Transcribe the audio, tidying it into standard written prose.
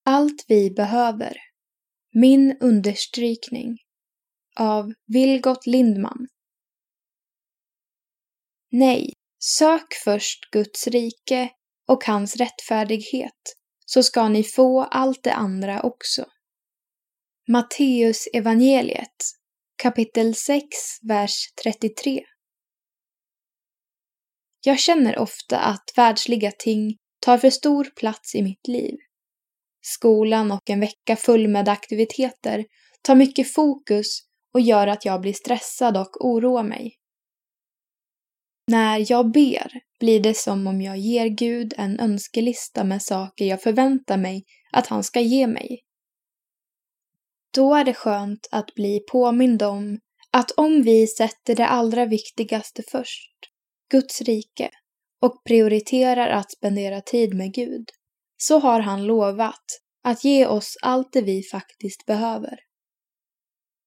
Allt vi behöver. Min understrykning. Av Vilgot Lindman. Nej, sök först Guds rike och hans rättfärdighet, så ska ni få allt det andra också. Matteus evangeliet, kapitel 6, vers 33. Jag känner ofta att världsliga ting tar för stor plats i mitt liv. Skolan och en vecka full med aktiviteter tar mycket fokus och gör att jag blir stressad och oroar mig. När jag ber blir det som om jag ger Gud en önskelista med saker jag förväntar mig att han ska ge mig. Då är det skönt att bli påmind om att om vi sätter det allra viktigaste först, Guds rike, och prioriterar att spendera tid med Gud, så har han lovat att ge oss allt det vi faktiskt behöver.